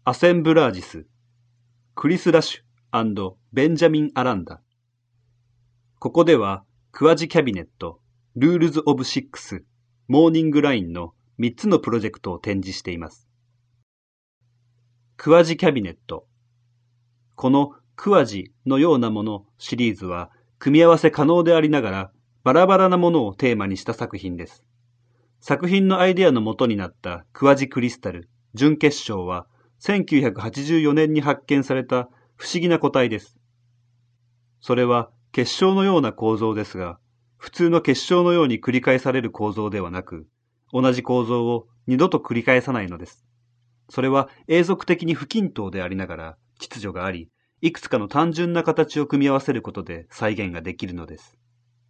アセンブラージス、クリス・ラッシュ&ベンジャミン・アランダ。ここでは、クワジキャビネット、ルールズ・オブ・シックス、モーニング・ラインの3つのプロジェクトを展示しています。クワジキャビネット。このクワジのようなものシリーズは、組み合わせ可能でありながら、バラバラなものをテーマにした作品です。作品のアイデアの元になったクワジクリスタル、準結晶は、1984年に発見された不思議な個体です。それは結晶のような構造ですが、普通の結晶のように繰り返される構造ではなく、同じ構造を二度と繰り返さないのです。それは永続的に不均等でありながら秩序があり、いくつかの単純な形を組み合わせることで再現ができるのです。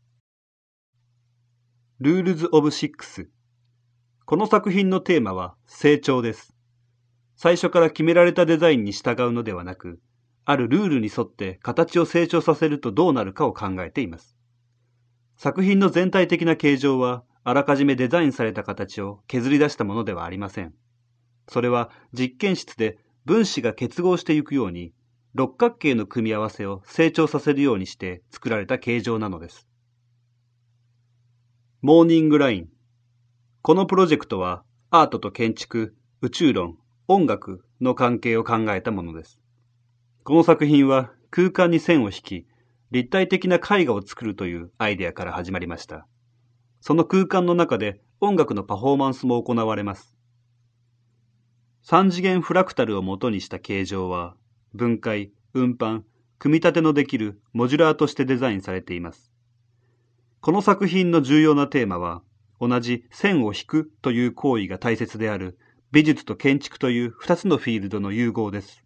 ルールズ・オブ・シックス。この作品のテーマは成長です。最初から決められたデザインに従うのではなく、あるルールに沿って形を成長させるとどうなるかを考えています。作品の全体的な形状は、あらかじめデザインされた形を削り出したものではありません。それは実験室で分子が結合していくように、六角形の組み合わせを成長させるようにして作られた形状なのです。モーニングライン。このプロジェクトは、アートと建築、宇宙論、音楽の関係を考えたものです。この作品は空間に線を引き、立体的な絵画を作るというアイデアから始まりました。その空間の中で音楽のパフォーマンスも行われます。三次元フラクタルを元にした形状は、分解、運搬、組み立てのできるモジュラーとしてデザインされています。この作品の重要なテーマは、同じ線を引くという行為が大切である美術と建築という2つのフィールドの融合です。